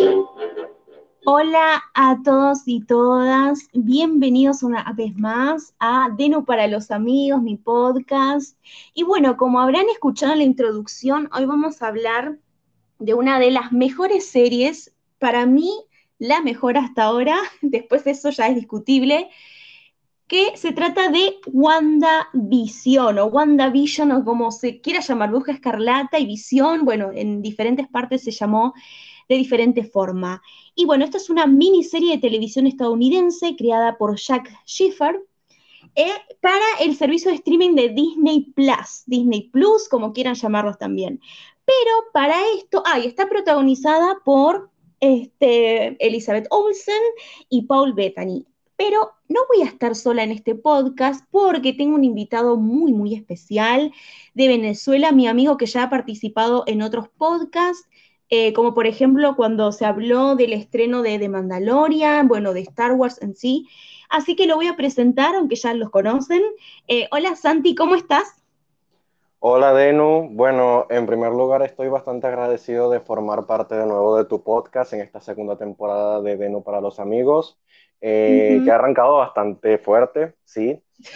Hola a todos y todas, bienvenidos una vez más a Deno para los amigos, mi podcast. Y bueno, como habrán escuchado en la introducción, hoy vamos a hablar de una de las mejores series, para mí la mejor hasta ahora, después de eso ya es discutible, que se trata de WandaVision o WandaVision o como se quiera llamar, Bruja Escarlata y Visión, bueno, en diferentes partes se llamó de diferente forma. Y bueno, esta es una miniserie de televisión estadounidense creada por Jack Schiffer eh, para el servicio de streaming de Disney Plus, como quieran llamarlos también. Pero para esto, está protagonizada por Elizabeth Olsen y Paul Bettany. Pero no voy a estar sola en este podcast porque tengo un invitado muy, muy especial de Venezuela, mi amigo que ya ha participado en otros podcasts, como por ejemplo cuando se habló del estreno de The Mandalorian, bueno, de Star Wars en sí. Así que lo voy a presentar, aunque ya los conocen. Hola Santi, ¿cómo estás? Hola Denu, bueno, en primer lugar estoy bastante agradecido de formar parte de nuevo de tu podcast en esta segunda temporada de Denu para los amigos, que Ujú. ha arrancado bastante fuerte, sí.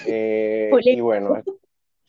Y bueno, Polémico.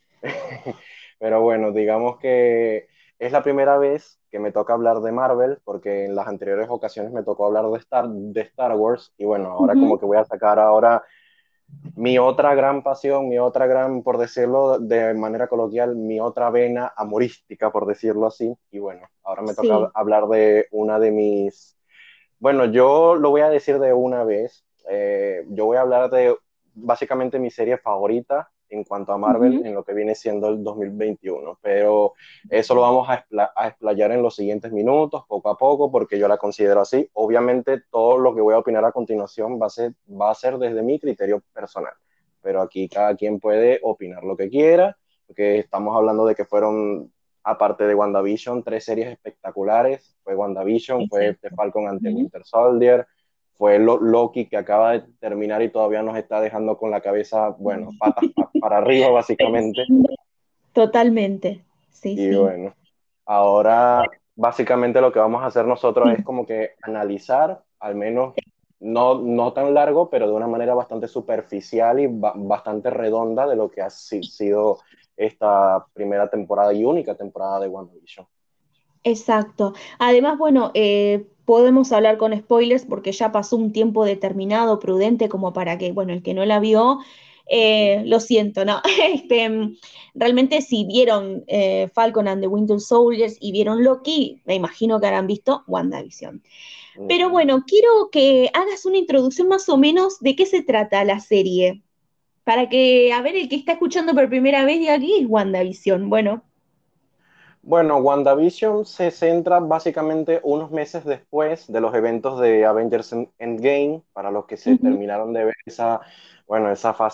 pero bueno, digamos que es la primera vez que me toca hablar de Marvel, porque en las anteriores ocasiones me tocó hablar de Star Wars, y bueno, ahora como Ujú. que voy a sacar ahora mi otra gran pasión, mi otra gran, por decirlo de manera coloquial, mi otra vena amorística, por decirlo así. Y bueno, ahora me toca Sí. hablar de una de mis, bueno, yo lo voy a decir de una vez. Yo voy a hablar de básicamente mi serie favorita en cuanto a Marvel Ujú. en lo que viene siendo el 2021, pero eso lo vamos a explayar en los siguientes minutos, poco a poco, porque yo la considero así. Obviamente todo lo que voy a opinar a continuación va a ser desde mi criterio personal, pero aquí cada quien puede opinar lo que quiera, porque estamos hablando de que fueron, aparte de WandaVision, tres series espectaculares. Fue WandaVision, fue The Exacto. Falcon and the Ujú. Winter Soldier, fue Loki, que acaba de terminar y todavía nos está dejando con la cabeza, bueno, patas para arriba básicamente. Pensando totalmente. Sí, Y sí. bueno, ahora básicamente lo que vamos a hacer nosotros es Sí. como que analizar, al menos no tan largo, pero de una manera bastante superficial y bastante redonda de lo que ha sido esta primera temporada y única temporada de WandaVision. Exacto. Además, bueno, podemos hablar con spoilers porque ya pasó un tiempo determinado, prudente, como para que, bueno, el que no la vio, Ujú, lo siento, ¿no? Realmente si vieron Falcon and the Winter Soldiers y vieron Loki, me imagino que habrán visto WandaVision. Pero ujú. bueno, quiero que hagas una introducción más o menos de qué se trata la serie, para que, a ver, el que está escuchando por primera vez diga, ¿qué es WandaVision? Bueno. Bueno, WandaVision se centra básicamente unos meses después de los eventos de Avengers Endgame, para los que se Ujú. terminaron de ver esa, bueno,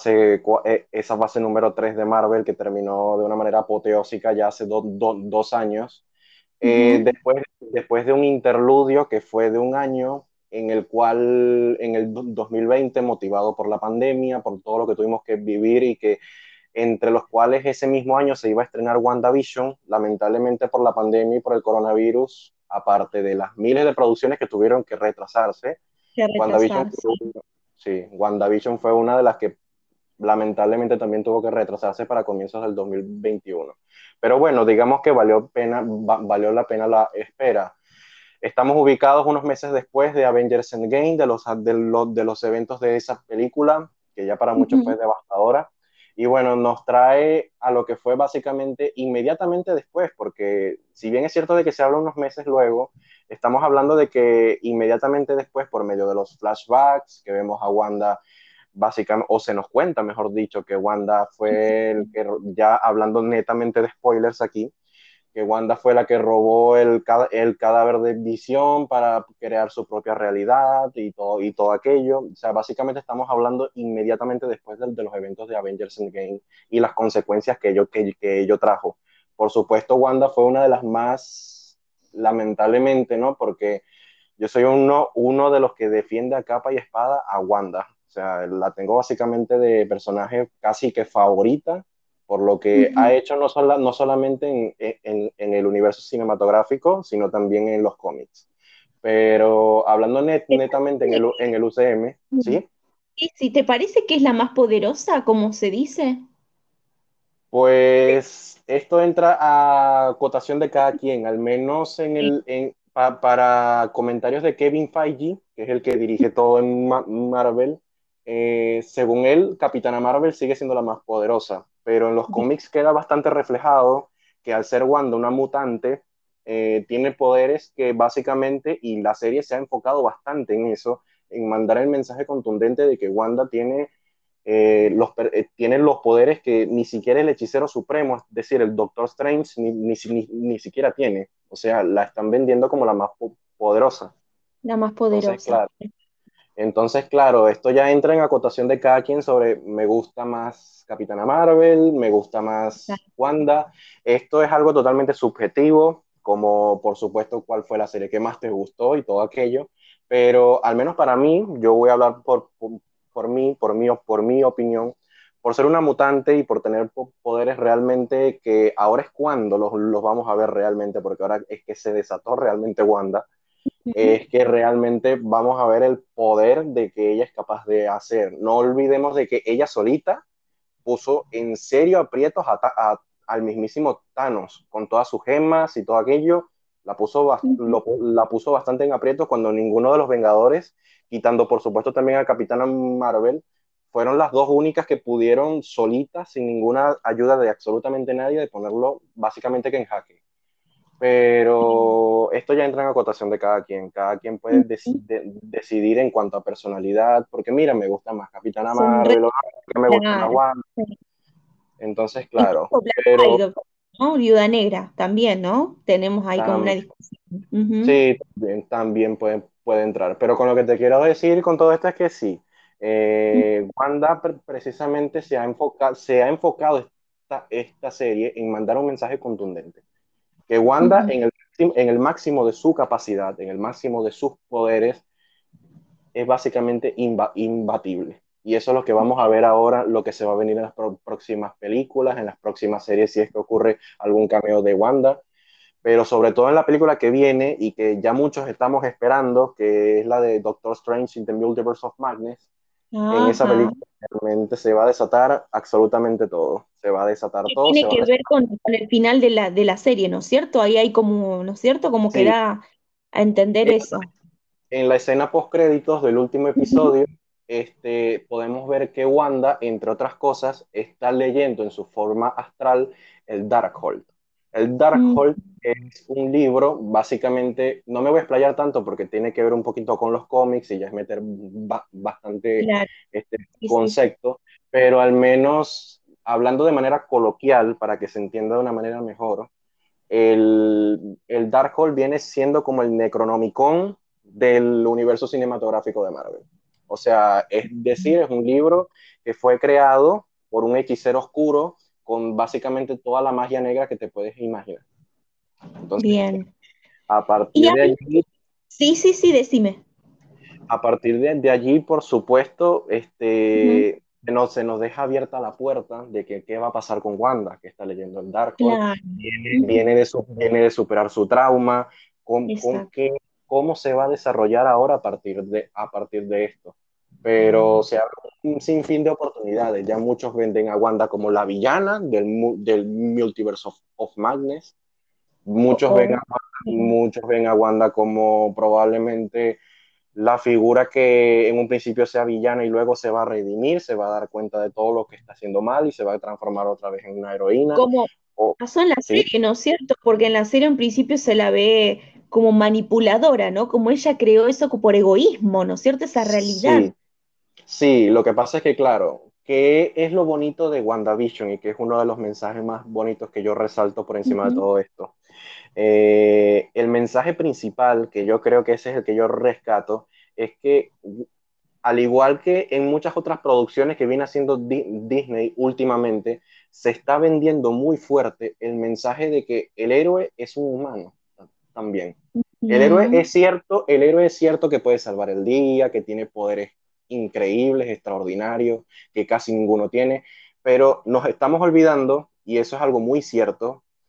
esa fase número 3 de Marvel que terminó de una manera apoteósica ya hace 2 años. Ujú. Después de un interludio que fue de un año en el cual en el 2020, motivado por la pandemia, por todo lo que tuvimos que vivir y que entre los cuales ese mismo año se iba a estrenar WandaVision, lamentablemente por la pandemia y por el coronavirus, aparte de las miles de producciones que tuvieron que retrasarse, Que WandaVision, retrasar, sí. sí, WandaVision fue una de las que lamentablemente también tuvo que retrasarse para comienzos del 2021. Pero bueno, digamos que valió la pena la espera. Estamos ubicados unos meses después de Avengers Endgame, de los eventos de esa película, que ya para muchos Ujú. fue devastadora. Y bueno, nos trae a lo que fue básicamente inmediatamente después, porque si bien es cierto de que se habla unos meses luego, estamos hablando de que inmediatamente después, por medio de los flashbacks, que vemos a Wanda básicamente, o se nos cuenta, mejor dicho, que Wanda fue el que, ya hablando netamente de spoilers aquí, que Wanda fue la que robó el cadáver de Visión para crear su propia realidad y todo aquello. O sea, básicamente estamos hablando inmediatamente después de los eventos de Avengers Endgame y las consecuencias que ello trajo. Por supuesto, Wanda fue una de las más, lamentablemente, ¿no? Porque yo soy uno de los que defiende a capa y espada a Wanda. O sea, la tengo básicamente de personaje casi que favorita por lo que Ujú. ha hecho no solamente en el universo cinematográfico, sino también en los cómics. Pero hablando ¿Te netamente parece en el UCM, ¿sí? si te parece que es la más poderosa, como se dice? Pues esto entra a cotación de cada quien, al menos para comentarios de Kevin Feige, que es el que dirige todo en Marvel. Según él, Capitana Marvel sigue siendo la más poderosa, pero en los Bien, cómics queda bastante reflejado que al ser Wanda una mutante, tiene poderes que básicamente, y la serie se ha enfocado bastante en eso, en mandar el mensaje contundente de que Wanda tiene los poderes que ni siquiera el hechicero supremo, es decir, el Doctor Strange, ni siquiera tiene. O sea, la están vendiendo como la más poderosa. la más Entonces, poderosa. claro, esto ya entra en acotación de cada quien sobre me gusta más Capitana Marvel, me gusta más Wanda. Esto es algo totalmente subjetivo, como por supuesto cuál fue la serie que más te gustó y todo aquello, pero al menos para mí, yo voy a hablar por mi opinión, por ser una mutante y por tener poderes realmente que ahora es cuando los vamos a ver realmente, porque ahora es que se desató realmente Wanda, Ujú. es que realmente vamos a ver el poder de que ella es capaz de hacer. No olvidemos de que ella solita puso en serio aprietos al mismísimo Thanos con todas sus gemas y todo aquello. La puso bastante en aprietos cuando ninguno de los Vengadores, quitando por supuesto también a Capitana Marvel, fueron las dos únicas que pudieron solitas, sin ninguna ayuda de absolutamente nadie, de ponerlo básicamente que en jaque. Pero esto ya entra en acotación de cada quien. Cada quien puede Ujú. decidir en cuanto a personalidad, porque mira, me gusta más Capitana Son re Marvel, o que me gusta más claras. Wanda. Entonces, claro, Incluso Black pero Widow, ¿no? Viuda Negra también, ¿no? Tenemos ahí como una tam- discusión. Ujú, sí, también puede entrar. Pero con lo que te quiero decir con todo esto es que sí, Wanda precisamente se ha enfocado esta serie en mandar un mensaje contundente. Que Wanda ujú. en el máximo de su capacidad, en el máximo de sus poderes, es básicamente imbatible. Y eso es lo que vamos a ver ahora, lo que se va a venir en las próximas películas, en las próximas series, si es que ocurre algún cameo de Wanda, pero sobre todo en la película que viene y que ya muchos estamos esperando, que es la de Doctor Strange in the Multiverse of Madness. En esa Ajá. película realmente se va a desatar absolutamente todo. Se va a desatar Que todo, se tiene va a que ver desatar. con el final de la serie, ¿no es cierto? Ahí hay como, ¿no es cierto? Como que Sí, da a entender eso. en la escena post créditos del último Ujú, episodio, podemos ver que Wanda, entre otras cosas, está leyendo en su forma astral el Darkhold. El mm, Darkhold es un libro, básicamente, no me voy a explayar tanto porque tiene que ver un poquito con los cómics y ya es meter bastante claro, sí, sí, sí. concepto, pero al menos hablando de manera coloquial, para que se entienda de una manera mejor, el Darkhold viene siendo como el Necronomicon del universo cinematográfico de Marvel. O sea, es decir, es un libro que fue creado por un hechicero oscuro con básicamente toda la magia negra que te puedes imaginar. Entonces, Bien. a Y partir de habla- allí, sí, sí, sí, decime. de allí, por supuesto, Ujú, se nos deja abierta la puerta de que qué va a pasar con Wanda, que está leyendo el Darkhold, claro. Ujú, viene de superar su trauma, con exacto. cómo se va a desarrollar ahora a partir de esto. Pero se abre un sinfín de oportunidades. Ya muchos venden a Wanda como la villana del Multiverse of Madness. Oh, oh. Muchos ven a Wanda como probablemente la figura que en un principio sea villana y luego se va a redimir, se va a dar cuenta de todo lo que está haciendo mal y se va a transformar otra vez en una heroína. Como O, pasó en la sí, serie, ¿no es cierto? Porque en la serie en principio se la ve como manipuladora, ¿no? Como ella creó eso por egoísmo, ¿no es cierto? Esa realidad. sí, sí. Lo que pasa es que, claro, ¿qué es lo bonito de WandaVision y que es uno de los mensajes más bonitos que yo resalto por encima de Ujú, todo esto? El mensaje principal, que yo creo que ese es el que yo rescato, es que al igual que en muchas otras producciones que viene haciendo Disney últimamente, se está vendiendo muy fuerte el mensaje de que el héroe es un humano también. ujú. El héroe es cierto que puede salvar el día, que tiene poderes increíbles, extraordinarios, que casi ninguno tiene, pero nos estamos olvidando, y eso es algo muy cierto,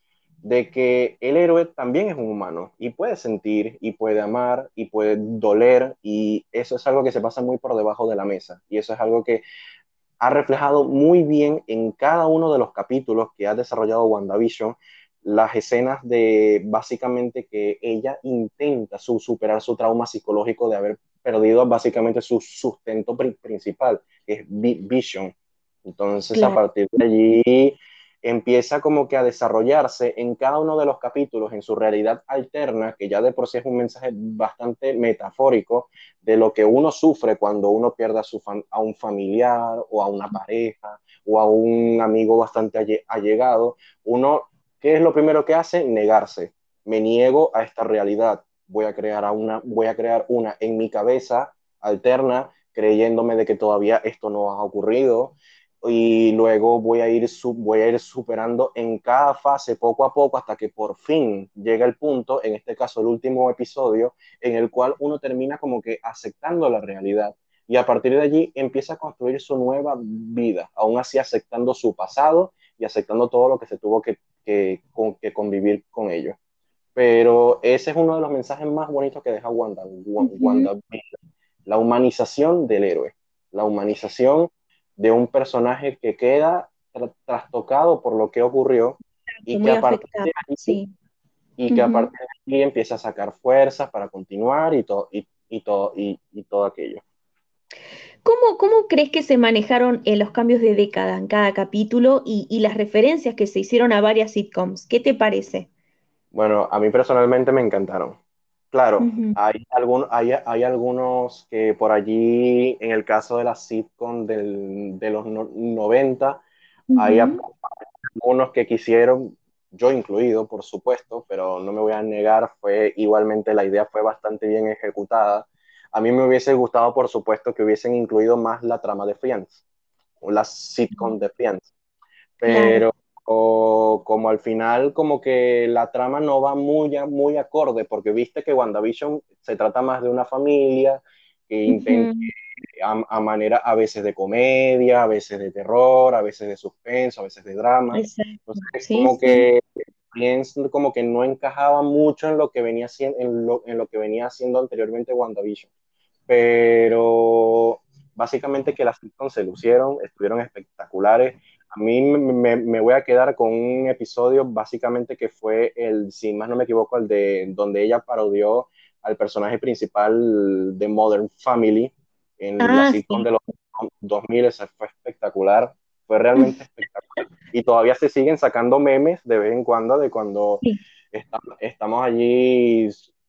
de que el héroe también es un humano y puede sentir y puede amar y puede doler, y eso es algo que se pasa muy por debajo de la mesa, y eso es algo que ha reflejado muy bien en cada uno de los capítulos que ha desarrollado WandaVision, las escenas de básicamente que ella intenta superar su trauma psicológico de haber perdido básicamente su sustento principal, que es Vision. Entonces, a Claro. partir de allí empieza como que a desarrollarse en cada uno de los capítulos en su realidad alterna, que ya de por sí es un mensaje bastante metafórico de lo que uno sufre cuando uno pierde a un familiar o a una pareja o a un amigo bastante allegado. Uno, ¿qué es lo primero que hace? Negarse. Me niego a esta realidad. Voy a crear una en mi cabeza alterna, creyéndome de que todavía esto no ha ocurrido, y luego voy a ir superando en cada fase poco a poco hasta que por fin llega el punto, en este caso el último episodio, en el cual uno termina como que aceptando la realidad, y a partir de allí empieza a construir su nueva vida, aún así aceptando su pasado y aceptando todo lo que se tuvo que convivir con ello. Pero ese es uno de los mensajes más bonitos que deja Ujú. Wanda, la humanización del héroe, la humanización de un personaje que queda trastocado por lo que ocurrió, y que Muy a partir afectado, de allí, sí. y que a Ujú. partir de allí empieza a sacar fuerzas para continuar y todo aquello. ¿Cómo crees que se manejaron los cambios de década en cada capítulo y las referencias que se hicieron a varias sitcoms? ¿Qué te parece? Bueno, a mí personalmente me encantaron. Claro, Ujú, hay algunos que por allí, en el caso de la sitcom de los 90, hay ujú. algunos que quisieron, yo incluido, por supuesto, pero no me voy a negar, fue igualmente la idea fue bastante bien ejecutada. A mí me hubiese gustado, por supuesto, que hubiesen incluido más la trama de Friends, o la sitcom de Friends, Claro, pero como al final como que la trama no va muy acorde, porque viste que WandaVision se trata más de una familia que intenta ujú, a manera a veces de comedia, a veces de terror, a veces de suspenso, a veces de drama. exacto. Entonces, Sí, como sí. que pienso como que no encajaba mucho en lo que venía haciendo, en lo que venía haciendo anteriormente WandaVision. Pero básicamente que las sitcoms se lucieron, estuvieron espectaculares. A mí me voy a quedar con un episodio básicamente que fue el, si más no me equivoco, el de donde ella parodió al personaje principal de Modern Family en la Ah, sitcom sí. de los 2000. Esa fue espectacular, fue realmente espectacular. Y todavía se siguen sacando memes de vez en cuando de cuando Sí, estamos allí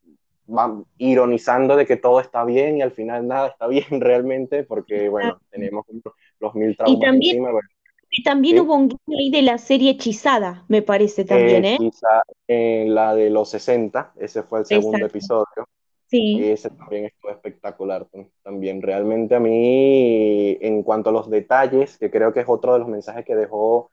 ironizando de que todo está bien y al final nada está bien realmente, porque bueno, exacto. tenemos los mil Y traumas también, encima, bueno, y también ¿sí? hubo un guiño ahí de la serie Hechizada, me parece también, ¿eh? Quizá en la de los 60 ese fue el segundo Exacto. episodio, Sí. ese también estuvo espectacular también. Realmente a mí, en cuanto a los detalles, que creo que es otro de los mensajes que dejó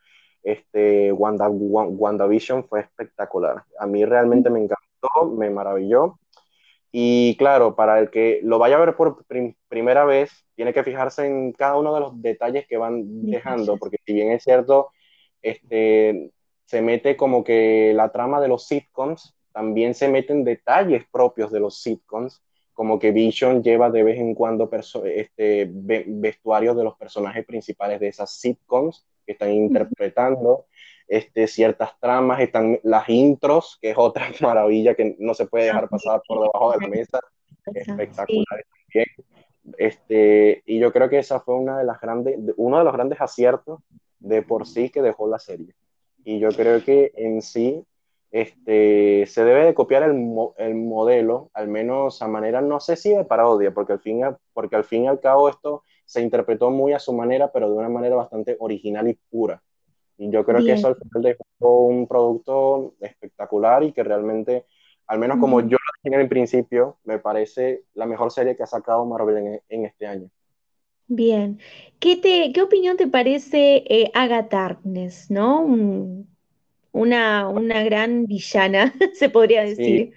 WandaVision, fue espectacular. A mí realmente me encantó, me maravilló. Y claro, para el que lo vaya a ver por primera vez, tiene que fijarse en cada uno de los detalles que van dejando, Detalles. porque si bien es cierto, este, se mete como que la trama de los sitcoms, también se meten detalles propios de los sitcoms, como que Vision lleva de vez en cuando vestuarios de los personajes principales de esas sitcoms que están interpretando, ciertas tramas, están las intros, que es otra maravilla que no se puede dejar También, pasar por debajo de la mesa, sí. espectaculares también. Y yo creo que esa fue uno de los grandes aciertos de por sí que dejó la serie. Y yo creo que en sí se debe de copiar el modelo, al menos a manera, no sé si de parodia, porque al fin y al cabo esto se interpretó muy a su manera, pero de una manera bastante original y pura. Y yo creo que Bien. eso al final dejó un producto espectacular y que realmente, al menos como yo Ujú. lo dije en el principio, me parece la mejor serie que ha sacado Marvel en este año. Bien. ¿Qué opinión te parece Agatha Harkness, ¿no? Una gran villana, se podría Sí, decir.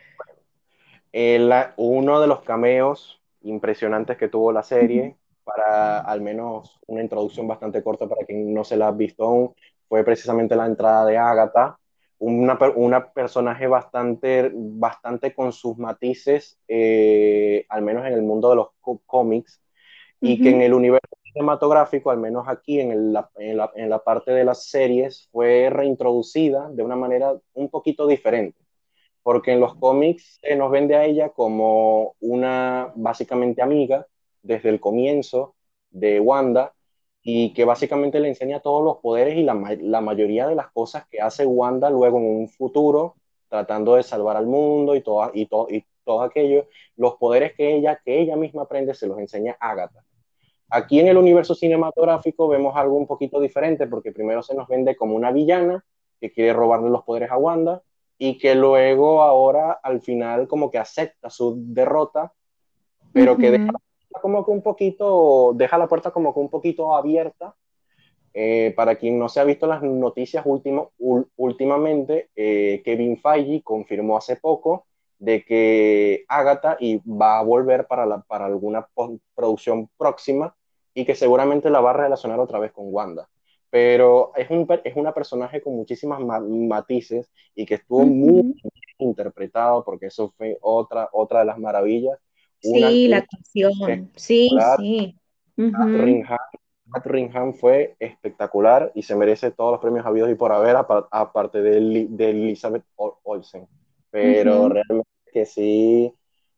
uno de los cameos impresionantes que tuvo la Ujú. serie, para al menos una introducción bastante corta para quien no se la ha visto aún, fue precisamente la entrada de Agatha. una personaje bastante con sus matices, al menos en el mundo de los cómics, y que en Ujú, el universo cinematográfico, al menos aquí en la parte de las series, fue reintroducida de una manera un poquito diferente, porque en los cómics se nos vende a ella como una básicamente amiga desde el comienzo de Wanda, y que básicamente le enseña todos los poderes y la mayoría de las cosas que hace Wanda luego en un futuro, tratando de salvar al mundo y todo aquello, los poderes que ella misma aprende se los enseña Agatha. Aquí en el universo cinematográfico vemos algo un poquito diferente, porque primero se nos vende como una villana que quiere robarle los poderes a Wanda, y que luego ahora al final como que acepta su derrota, pero que ujú. deja la puerta como que un poquito abierta. Para quien no se ha visto las noticias últimamente, Kevin Feige confirmó hace poco de que Agatha va a volver para alguna producción próxima, y que seguramente la va a relacionar otra vez con Wanda. Pero es una personaje con muchísimas matices, y que estuvo muy Ujú. bien interpretado, porque eso fue otra de las maravillas. Sí, la Una actuación. Sí, espectacular. sí. Catherine Ujú, Catherine fue espectacular y se merece todos los premios habidos y por haber, aparte de Elizabeth Olsen. Pero ujú. realmente que sí,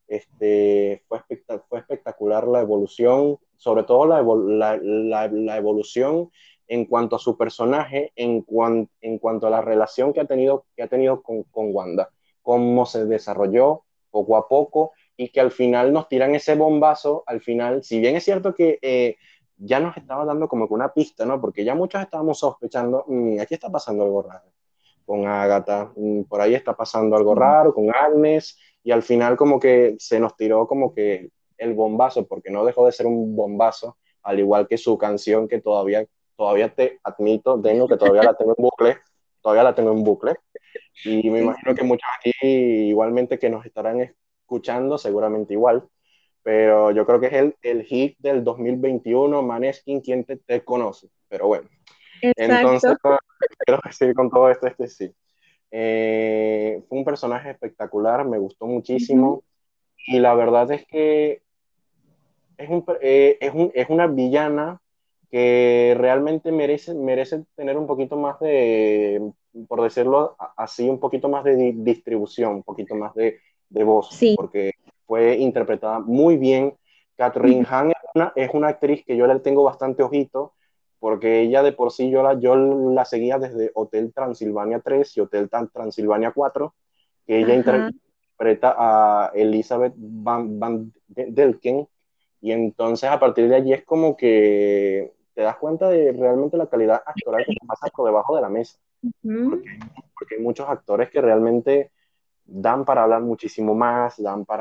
fue espectacular la evolución, sobre todo la evolución en cuanto a su personaje, en cuanto a la relación que ha tenido con Wanda, cómo se desarrolló poco a poco, y que al final nos tiran ese bombazo. Al final, si bien es cierto que ya nos estaba dando como que una pista, ¿no? Porque ya muchos estábamos sospechando, aquí está pasando algo raro con Agatha, por ahí está pasando algo Sí. raro con Agnes, y al final como que se nos tiró como que el bombazo, porque no dejó de ser un bombazo, al igual que su canción, que todavía te admito, Deno, que todavía la tengo en bucle, y me Sí, imagino sí. que muchos aquí igualmente que nos estarán escuchando, seguramente igual, pero yo creo que es el hit del 2021, Maneskin, ¿quién te conoce? Pero bueno, entonces Exacto. lo que quiero decir con todo esto es que sí, fue un personaje espectacular, me gustó Ujú. muchísimo, y la verdad es que es una villana que realmente merece tener un poquito más de, por decirlo así, un poquito más de distribución, un poquito más de voz, Sí. porque fue interpretada muy bien. Catherine Ujú. Hahn es una actriz que yo le tengo bastante ojito, porque ella de por sí yo la seguía desde Hotel Transilvania 3 y Hotel Transilvania 4, que ella Ajá. interpreta a Elizabeth Van Delken, y entonces a partir de allí es como que te das cuenta de realmente la calidad actoral que se pasa por debajo de la mesa, Ujú. porque, porque hay muchos actores que realmente dan para hablar muchísimo más,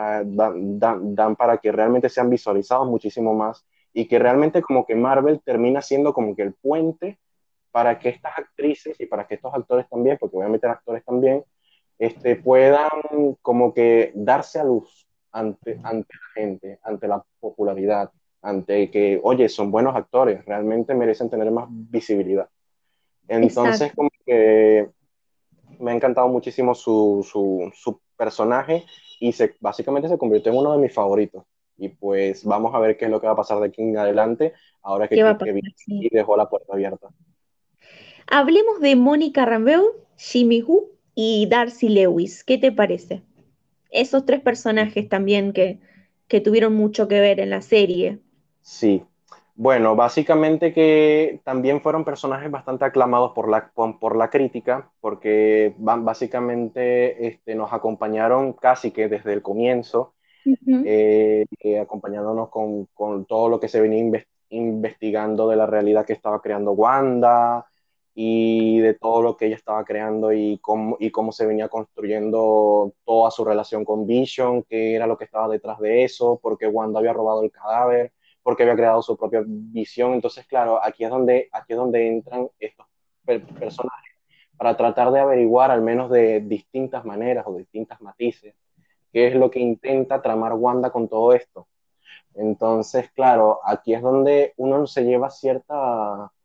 dan para que realmente sean visualizados muchísimo más, y que realmente como que Marvel termina siendo como que el puente para que estas actrices y para que estos actores también, porque voy a meter actores también, puedan como que darse a luz ante la gente, ante la popularidad, ante que, oye, son buenos actores, realmente merecen tener más visibilidad. Entonces, Exacto. como que me ha encantado muchísimo su personaje, y básicamente se convirtió en uno de mis favoritos. Y pues vamos a ver qué es lo que va a pasar de aquí en adelante, ahora ¿Qué va a que pasar? Sí. dejó la puerta abierta. Hablemos de Mónica Rambeau, Jimmy Woo y Darcy Lewis. ¿Qué te parece? Esos tres personajes también que tuvieron mucho que ver en la serie. Sí, bueno, básicamente que también fueron personajes bastante aclamados por la crítica, porque básicamente nos acompañaron casi que desde el comienzo, Ujú. acompañándonos con todo lo que se venía investigando de la realidad que estaba creando Wanda, y de todo lo que ella estaba creando, y cómo se venía construyendo toda su relación con Vision, qué era lo que estaba detrás de eso, por qué Wanda había robado el cadáver, por qué había creado su propia visión. Entonces, claro, aquí es donde entran estos personajes para tratar de averiguar, al menos de distintas maneras o distintas matices, qué es lo que intenta tramar Wanda con todo esto. Entonces, claro, aquí es donde uno se lleva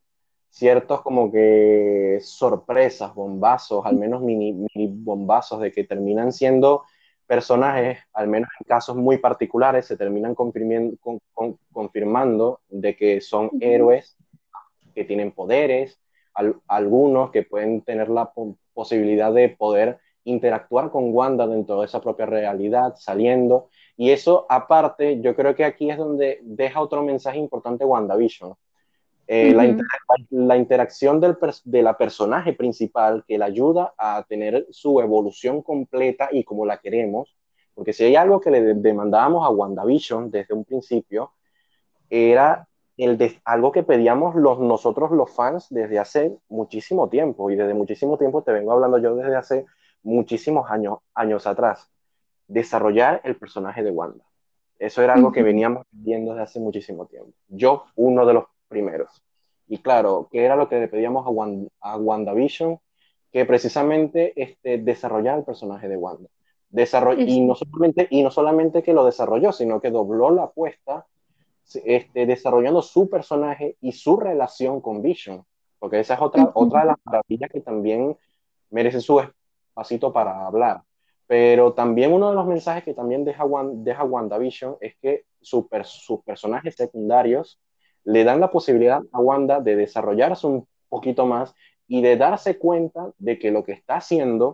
ciertos como que sorpresas, bombazos, al menos mini bombazos de que terminan siendo personajes, al menos en casos muy particulares, se terminan confirmando de que son Ujú, héroes que tienen poderes, algunos que pueden tener la posibilidad de poder interactuar con Wanda dentro de esa propia realidad, saliendo. Y eso, aparte, yo creo que aquí es donde deja otro mensaje importante WandaVision. ujú. La interacción de la personaje principal que la ayuda a tener su evolución completa y como la queremos, porque si hay algo que le demandábamos a WandaVision desde un principio, era algo que pedíamos nosotros los fans desde hace muchísimo tiempo, y desde muchísimo tiempo te vengo hablando yo desde hace muchísimos años atrás, desarrollar el personaje de Wanda. Eso era algo que Ujú. veníamos viendo desde hace muchísimo tiempo. Yo, uno de los primeros. Y claro, ¿qué era lo que le pedíamos a WandaVision? Que precisamente desarrollar el personaje de Wanda. Eso. Y no solamente que lo desarrolló, sino que dobló la apuesta desarrollando su personaje y su relación con Vision, porque esa es otra de Ujú. las maravillas que también merece su espacito para hablar. Pero también uno de los mensajes que también deja WandaVision es que sus personajes secundarios le dan la posibilidad a Wanda de desarrollarse un poquito más y de darse cuenta de que lo que está haciendo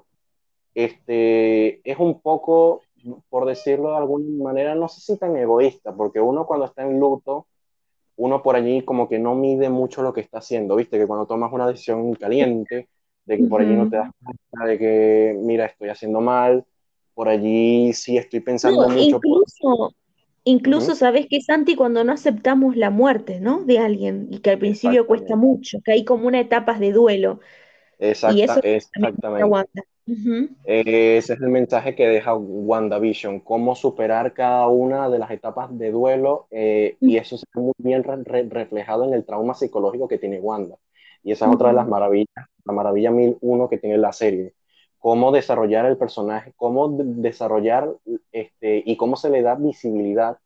es un poco, por decirlo de alguna manera, no sé si tan egoísta, porque uno cuando está en luto, uno por allí como que no mide mucho lo que está haciendo, ¿viste? Que cuando tomas una decisión caliente, de que por allí no te das Ujú. cuenta de que, mira, estoy haciendo mal, por allí sí estoy No, pensando mucho. incluso Ujú, sabes que Santi cuando no aceptamos la muerte, ¿no? De alguien y que al principio cuesta exactamente, mucho, que hay como una etapa de duelo y eso también te exactamente. aguanta. Ujú. Ese es el mensaje que deja WandaVision, cómo superar cada una de las etapas de duelo, y eso se ve muy bien reflejado en el trauma psicológico que tiene Wanda. Y esa es otra de las Ujú. maravillas, la maravilla 1001 que tiene la serie. Cómo desarrollar el personaje, cómo desarrollar y cómo se le da visibilidad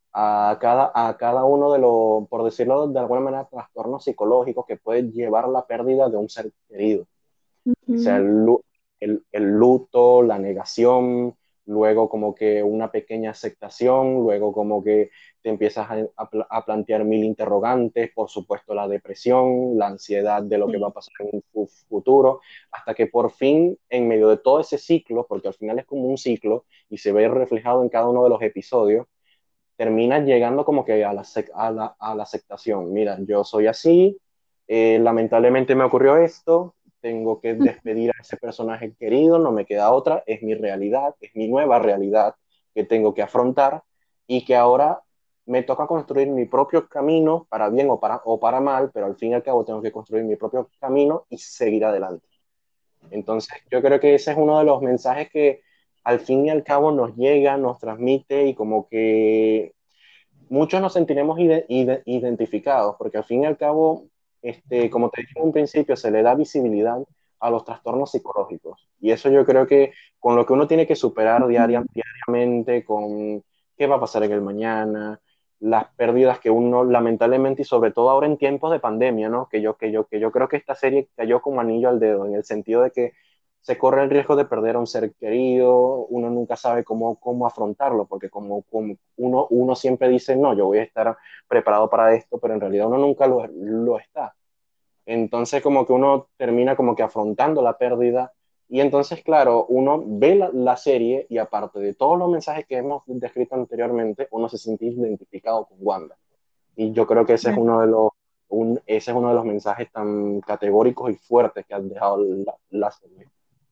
a cada uno de los, por decirlo de alguna manera, trastornos psicológicos que puede llevar a la pérdida de un ser querido. O sea, Ujú. el luto, la negación, luego como que una pequeña aceptación, luego como que te empiezas a plantear mil interrogantes, por supuesto la depresión, la ansiedad de lo que va a Sí. pasar en un futuro, hasta que por fin, en medio de todo ese ciclo, porque al final es como un ciclo y se ve reflejado en cada uno de los episodios, terminas llegando como que a la aceptación. Mira, yo soy así, lamentablemente me ocurrió esto, tengo que despedir a ese personaje querido, no me queda otra, es mi realidad, es mi nueva realidad que tengo que afrontar y que ahora me toca construir mi propio camino, para bien o para mal, pero al fin y al cabo tengo que construir mi propio camino y seguir adelante. Entonces, yo creo que ese es uno de los mensajes que al fin y al cabo nos llega, nos transmite y como que muchos nos sentiremos identificados, porque al fin y al cabo, como te dije en un principio, se le da visibilidad a los trastornos psicológicos. Y eso yo creo que con lo que uno tiene que superar Ujú. diariamente, con qué va a pasar en el mañana, las pérdidas que uno lamentablemente, y sobre todo ahora en tiempos de pandemia, ¿no? Que yo creo que esta serie cayó como anillo al dedo, en el sentido de que se corre el riesgo de perder a un ser querido, uno nunca sabe cómo afrontarlo, porque como uno siempre dice, no, yo voy a estar preparado para esto, pero en realidad uno nunca lo está. Entonces como que uno termina como que afrontando la pérdida y entonces, claro, uno ve la serie y aparte de todos los mensajes que hemos descrito anteriormente, uno se siente identificado con Wanda. Y yo creo que ese es Claro. ese es uno de los mensajes tan categóricos y fuertes que ha dejado la serie.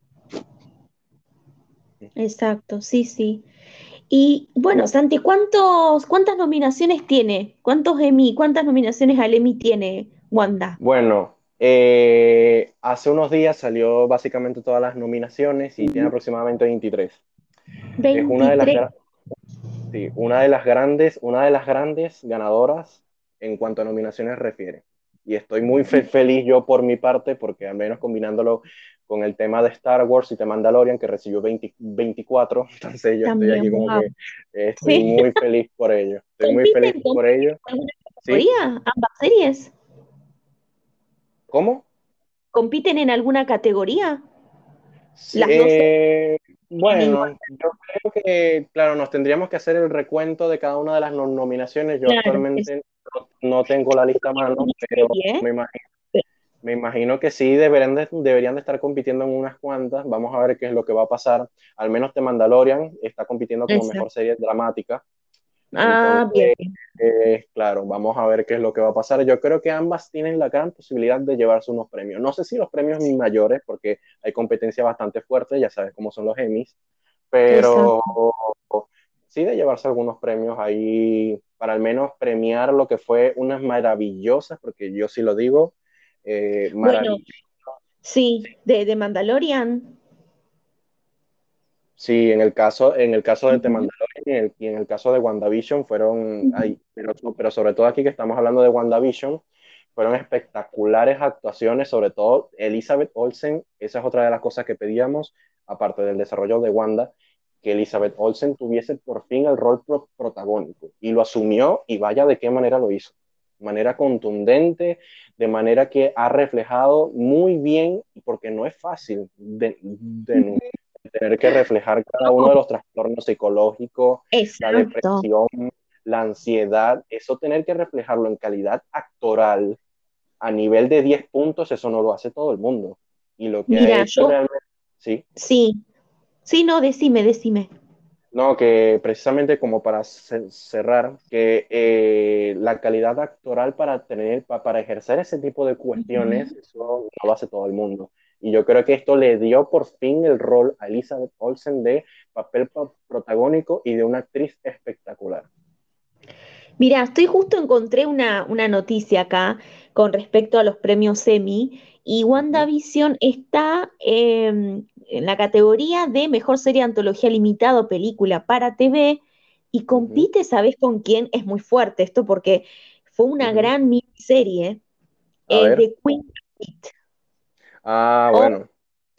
Exacto, sí, sí. Y bueno, Santi, cuántas nominaciones tiene? ¿Cuántas nominaciones al Emmy tiene Wanda? Bueno, hace unos días salió básicamente todas las nominaciones y tiene Ujú. aproximadamente 23. Es 23. sí, una de las grandes ganadoras en cuanto a nominaciones refiere. Y estoy muy feliz yo por mi parte, porque al menos combinándolo con el tema de Star Wars y de Mandalorian, que recibió 24, entonces yo estoy aquí También, como wow. que estoy Sí. muy feliz por ello. Estoy muy feliz ¿Compiten, por compiten ello. en alguna Sí, categoría ambas series? ¿Cómo? ¿Compiten en alguna categoría? Sí, Las dos en igual. bueno, yo creo que, claro, nos tendríamos que hacer el recuento de cada una de las nominaciones. Yo Claro, es actualmente no tengo la lista a mano, una pero serie, ¿eh? me imagino, me imagino que sí deberían de estar compitiendo en unas cuantas. Vamos a ver qué es lo que va a pasar. Al menos The Mandalorian está compitiendo como mejor Exacto. serie dramática. Ah, bien, Entonces, bien. claro, vamos a ver qué es lo que va a pasar. Yo creo que ambas tienen la gran posibilidad de llevarse unos premios. No sé si los premios mayores, porque hay competencia bastante fuerte, ya sabes cómo son los Emmys, pero Exacto. sí de llevarse algunos premios ahí para al menos premiar lo que fue unas maravillosas, porque yo sí lo digo, Bueno, maravillosas. sí, de Mandalorian. Sí, en el caso de The Ujú, Mandalorian y en el caso de WandaVision fueron, ujú. ay, pero sobre todo aquí que estamos hablando de WandaVision, fueron espectaculares actuaciones, sobre todo Elizabeth Olsen, esa es otra de las cosas que pedíamos, aparte del desarrollo de Wanda, que Elizabeth Olsen tuviese por fin el rol protagónico y lo asumió y vaya de qué manera lo hizo. De manera contundente, de manera que ha reflejado muy bien, porque no es fácil tener que reflejar cada uno No, de los trastornos psicológicos, la exacto. depresión, la ansiedad, eso tener que reflejarlo en calidad actoral a nivel de 10 puntos, eso no lo hace todo el mundo. Y lo que ha Mira, hecho yo, realmente, sí, sí, sí, no, decime, decime. no, que precisamente como para cerrar, que la calidad actoral para ejercer ese tipo de cuestiones, Ujú. eso no lo hace todo el mundo. Y yo creo que esto le dio por fin el rol a Elizabeth Olsen de papel protagónico y de una actriz espectacular. Mira, estoy justo encontré una noticia acá con respecto a los premios Emmy y Ujú, WandaVision está en la categoría de mejor serie de antología limitada o película para TV y ujú, compite, ¿sabés con quién? Es muy fuerte esto porque fue una ujú. gran miniserie A ver. de Queen Gambit. Ah, O bueno.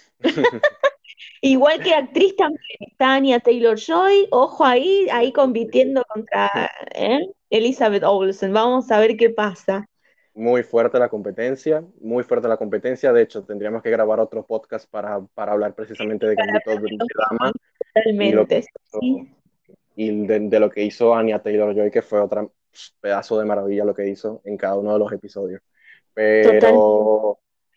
igual que actriz también está Anya Taylor-Joy, ojo ahí compitiendo contra Elizabeth Olsen. Vamos a ver qué pasa. Muy fuerte la competencia, muy fuerte la competencia. De hecho, tendríamos que grabar otro podcast para hablar precisamente de Para Gambito hablar de de los Dama Emmy, y lo que totalmente, hizo, sí, y de lo que hizo Anya Taylor-Joy, que fue otro pedazo de maravilla lo que hizo en cada uno de los episodios. totalmente. Pero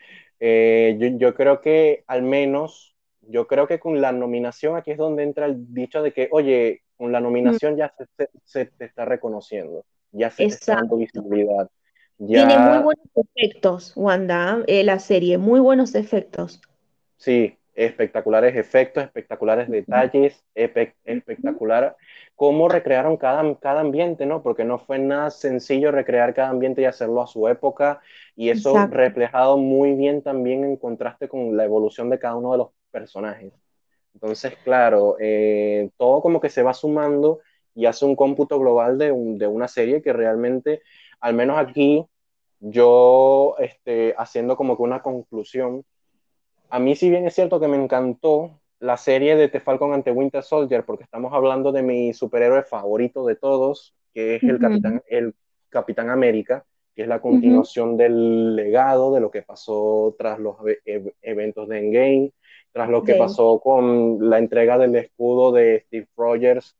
yo creo que al menos, yo creo que con la nominación aquí es donde entra el dicho de que, oye, con la Mm, nominación ya se te está reconociendo, ya se te está dando exacto. visibilidad, Tiene muy ya. buenos efectos, Wanda, la serie, muy buenos efectos. Sí, espectaculares efectos, espectaculares detalles, Ujú. espectacular cómo recrearon cada ambiente, ¿no? Porque no fue nada sencillo recrear cada ambiente y hacerlo a su época, y eso Exacto. reflejado muy bien también en contraste con la evolución de cada uno de los personajes. Entonces, claro, todo como que se va sumando y hace un cómputo global de una serie que realmente, al menos aquí, yo haciendo como que una conclusión, a mí, si bien es cierto que me encantó la serie de The Falcon ante Winter Soldier, porque estamos hablando de mi superhéroe favorito de todos, que es Ujú, el Capitán América, que es la ujú. continuación del legado de lo que pasó tras los eventos de Endgame, tras lo que De- pasó con la entrega del escudo de Steve Rogers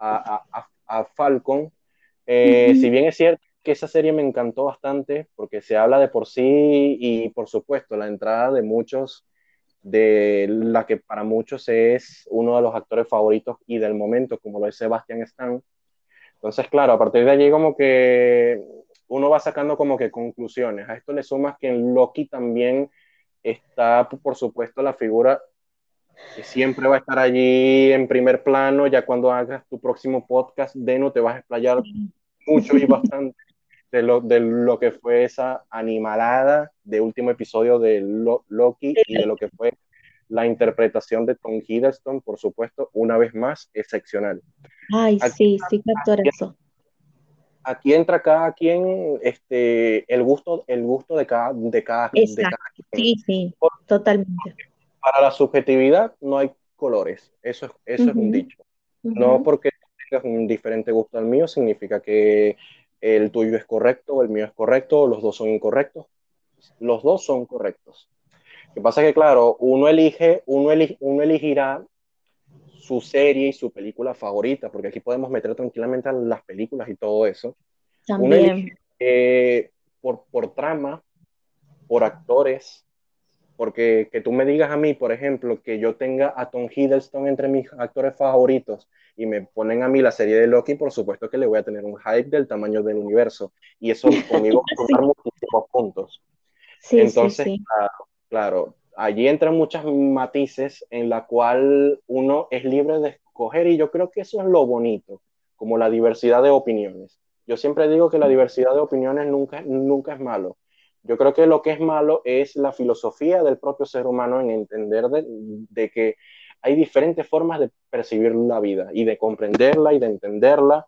a Falcon. Si Ujú. bien es cierto que esa serie me encantó bastante, porque se habla de por sí y por supuesto la entrada de muchos de la que para muchos es uno de los actores favoritos y del momento, como lo es Sebastian Stan. Entonces, claro, a partir de allí como que uno va sacando como que conclusiones. A esto le sumas que en Loki también está, por supuesto, la figura que siempre va a estar allí en primer plano. Ya cuando hagas tu próximo podcast, Deno, te vas a explayar mucho y bastante de lo que fue esa animalada de último episodio de Loki y de lo que fue la interpretación de Tom Hiddleston, por supuesto, una vez más, excepcional. Ay, Aquí, sí, sí, qué actorazo. aquí entra cada quien, el gusto de cada Exacto. quien. Sí, sí, Por- totalmente. Para la subjetividad no hay colores, eso es un Ujú, dicho. No ujú. porque tengas un diferente gusto al mío significa que el tuyo es correcto o el mío es correcto o los dos son incorrectos. los dos son correctos. Lo que pasa es que, claro, uno elegirá su serie y su película favorita, porque aquí podemos meter tranquilamente a las películas y todo eso. Uno elige También. por trama, por actores, porque que tú me digas a mí, por ejemplo, que yo tenga a Tom Hiddleston entre mis actores favoritos y me ponen a mí la serie de Loki, por supuesto que le voy a tener un hype del tamaño del universo y eso conmigo va a sumar Sí, muchísimos puntos. sí, sí, Entonces, sí. claro, allí entran muchas matices en la cual uno es libre de escoger y yo creo que eso es lo bonito, como la diversidad de opiniones. Yo siempre digo que la diversidad de opiniones nunca es malo. Yo creo que lo que es malo es la filosofía del propio ser humano en entender de que hay diferentes formas de percibir la vida y de comprenderla y de entenderla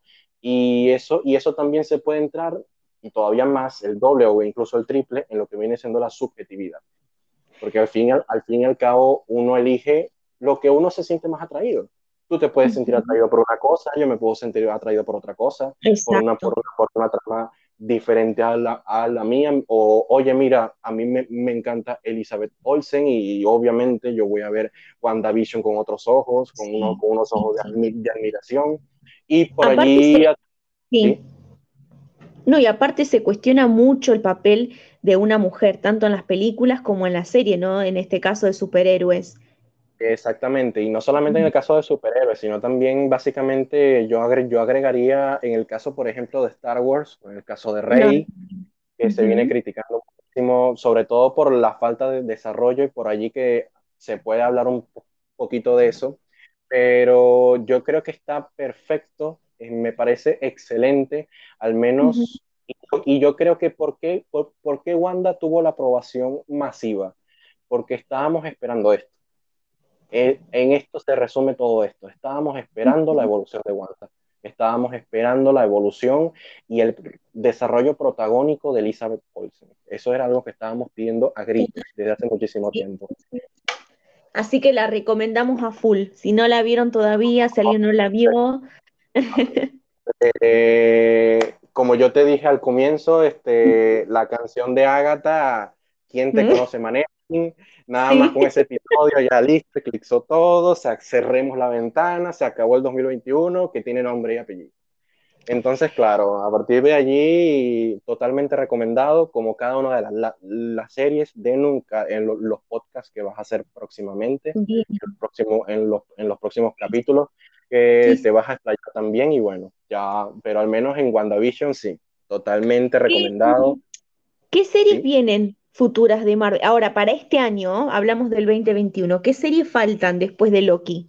y eso también se puede entrar y todavía más el doble o incluso el triple en lo que viene siendo la subjetividad. Porque al fin y al cabo uno elige lo que uno se siente más atraído. Tú te puedes sentir Ujú. atraído por una cosa, yo me puedo sentir atraído por otra cosa, Exacto. por una trama diferente a la mía, o oye, mira, a mí me encanta Elizabeth Olsen y obviamente yo voy a ver WandaVision con otros ojos, Sí, con unos sí, ojos sí. de admiración, y por Aparte allí, sí. sí, No, y aparte se cuestiona mucho el papel de una mujer, tanto en las películas como en la serie, ¿no? En este caso de superhéroes. exactamente, y no solamente en el caso de superhéroes, sino también básicamente yo agregaría en el caso, por ejemplo, de Star Wars, o en el caso de No. Rey, que se viene Ujú. criticando muchísimo, sobre todo por la falta de desarrollo y por allí que se puede hablar un poquito de eso, pero yo creo que está perfecto, me parece excelente, al Ujú. menos, y yo creo que por qué Wanda tuvo la aprobación masiva, porque estábamos esperando esto. En esto se resume todo esto. Estábamos esperando la Ujú. evolución de Wanda. Estábamos esperando la evolución y el desarrollo protagónico de Elizabeth Olsen. Eso era algo que estábamos pidiendo a gritos desde hace muchísimo Sí. tiempo. Así que la recomendamos a full. Si no la vieron todavía, si alguien no la vio. Como yo te dije al comienzo, la canción de Agatha, ¿quién te conoce, Mané? Nada más Sí. con ese episodio, ya listo, eclipsó todo, cerremos la ventana, se acabó el 2021, que tiene nombre y apellido. Entonces, claro, a partir de allí, totalmente recomendado, como cada una de las series de nunca en los podcasts que vas a hacer próximamente, Bien. en los próximos capítulos, que Sí. te vas a explayar también y bueno, ya, pero al menos en WandaVision sí, totalmente ¿Qué, recomendado, qué series sí. vienen futuras de Marvel? Ahora, para este año, hablamos del 2021. ¿Qué series faltan después de Loki?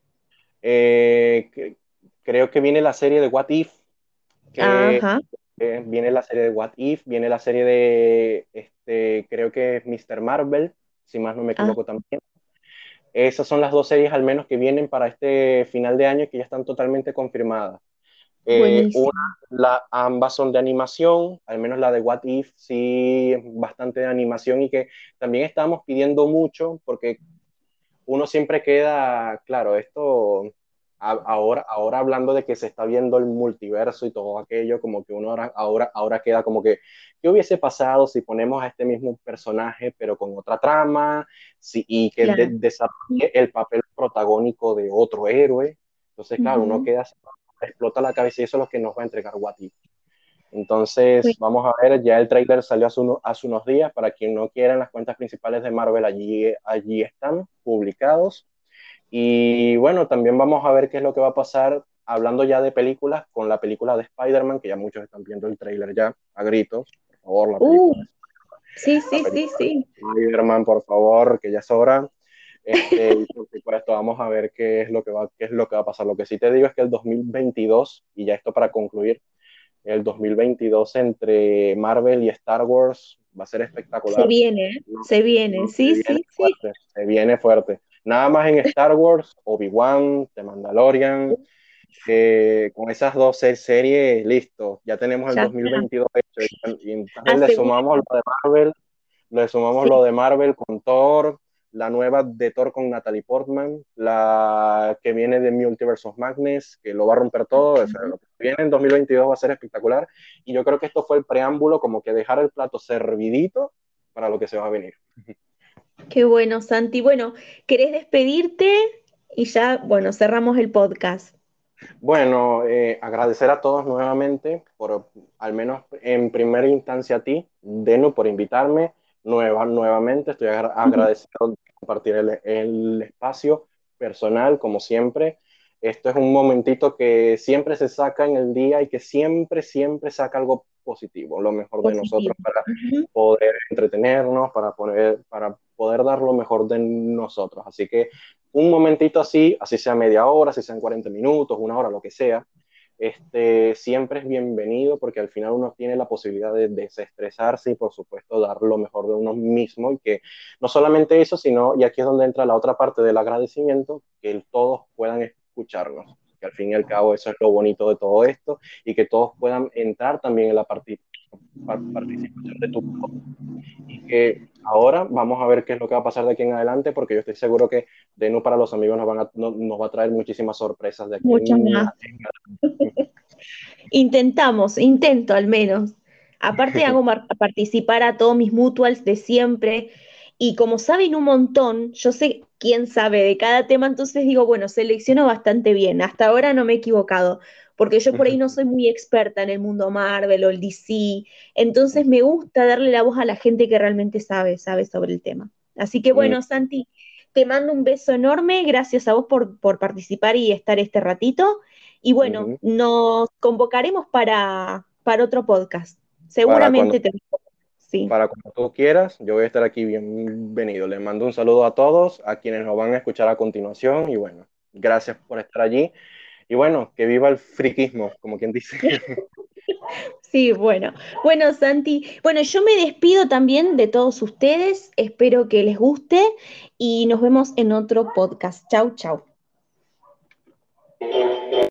Eh, que- Creo que viene la serie de What If, que Ajá. viene la serie de What If, viene la serie de, creo que es Mr. Marvel, si más no me Ah, equivoco también. Esas son las dos series al menos que vienen para este final de año y que ya están totalmente confirmadas. Una, buenísimo. ambas son de animación, al menos la de What If sí es bastante de animación y que también estamos pidiendo mucho porque uno siempre queda, claro, esto ahora hablando de que se está viendo el multiverso y todo aquello, como que uno ahora queda como que, ¿qué hubiese pasado si ponemos a este mismo personaje pero con otra trama y que Claro. desarrolle el papel protagónico de otro héroe? Entonces, claro, uno Ujú. queda, explota la cabeza y eso es lo que nos va a entregar What If. Entonces, Bueno, vamos a ver, ya el trailer salió hace unos días, para quien no quiera, en las cuentas principales de Marvel allí están publicados. Y bueno, también vamos a ver qué es lo que va a pasar, hablando ya de películas, con la película de Spider-Man, que ya muchos están viendo el trailer ya a gritos. Por favor, uh, sí, sí, sí, sí. de Spider-Man, por favor, que ya es hora. Y por supuesto, vamos a ver qué es lo que va a pasar. Lo que sí te digo es que el 2022, y ya esto para concluir, el 2022 entre Marvel y Star Wars va a ser Se espectacular. viene, ¿eh? No, Se viene, no, se sí, viene sí, sí. fuerte, se viene fuerte. Nada más en Star Wars, Obi-Wan, The Mandalorian, con esas dos series, listo, ya tenemos el Ya está. 2022 hecho. Y entonces Asegura. le sumamos Sí, lo de Marvel con Thor, la nueva de Thor con Natalie Portman, la que viene de Multiverse of Madness, que lo va a romper todo, o sea, lo que viene en 2022 va a ser espectacular, y yo creo que esto fue el preámbulo, como que dejar el plato servidito, para lo que se va a venir. Qué bueno, Santi. Bueno, ¿querés despedirte? Y ya, bueno, cerramos el podcast. Bueno, agradecer a todos nuevamente, por al menos en primera instancia a ti, Denu, por invitarme nuevamente. Estoy agradecido de compartir el espacio personal, como siempre. Esto es un momentito que siempre se saca en el día y que siempre, siempre saca algo positivo, lo mejor de nosotros Positivo. Ujú. poder entretenernos, para poder dar lo mejor de nosotros. Así que un momentito así, así sea media hora, así sean 40 minutos, una hora, lo que sea, siempre es bienvenido porque al final uno tiene la posibilidad de desestresarse y por supuesto dar lo mejor de uno mismo y que no solamente eso, sino, y aquí es donde entra la otra parte del agradecimiento, que todos puedan escucharnos, que al fin y al cabo eso es lo bonito de todo esto y que todos puedan entrar también en la participación de tu y que ahora vamos a ver qué es lo que va a pasar de aquí en adelante, porque yo estoy seguro que Denu para los amigos nos va a traer muchísimas sorpresas de aquí Muchas en más. Intento al menos. Aparte hago participar a todos mis mutuals de siempre y como saben un montón, yo sé quién sabe de cada tema, entonces digo, bueno, selecciono bastante bien. Hasta ahora no me he equivocado, porque yo por ahí no soy muy experta en el mundo Marvel o el DC, entonces me gusta darle la voz a la gente que realmente sabe sobre el tema. Así que bueno, Santi, te mando un beso enorme, gracias a vos por participar y estar este ratito. Y bueno, nos convocaremos para otro podcast. Para cuando, Seguramente te... Sí. para cuando tú quieras, yo voy a estar aquí bienvenido. Les mando un saludo a todos, a quienes nos van a escuchar a continuación y bueno, gracias por estar allí. Y bueno, que viva el friquismo, como quien dice. Sí, bueno. Bueno, Santi, bueno, yo me despido también de todos ustedes. Espero que les guste y nos vemos en otro podcast. Chau, chau.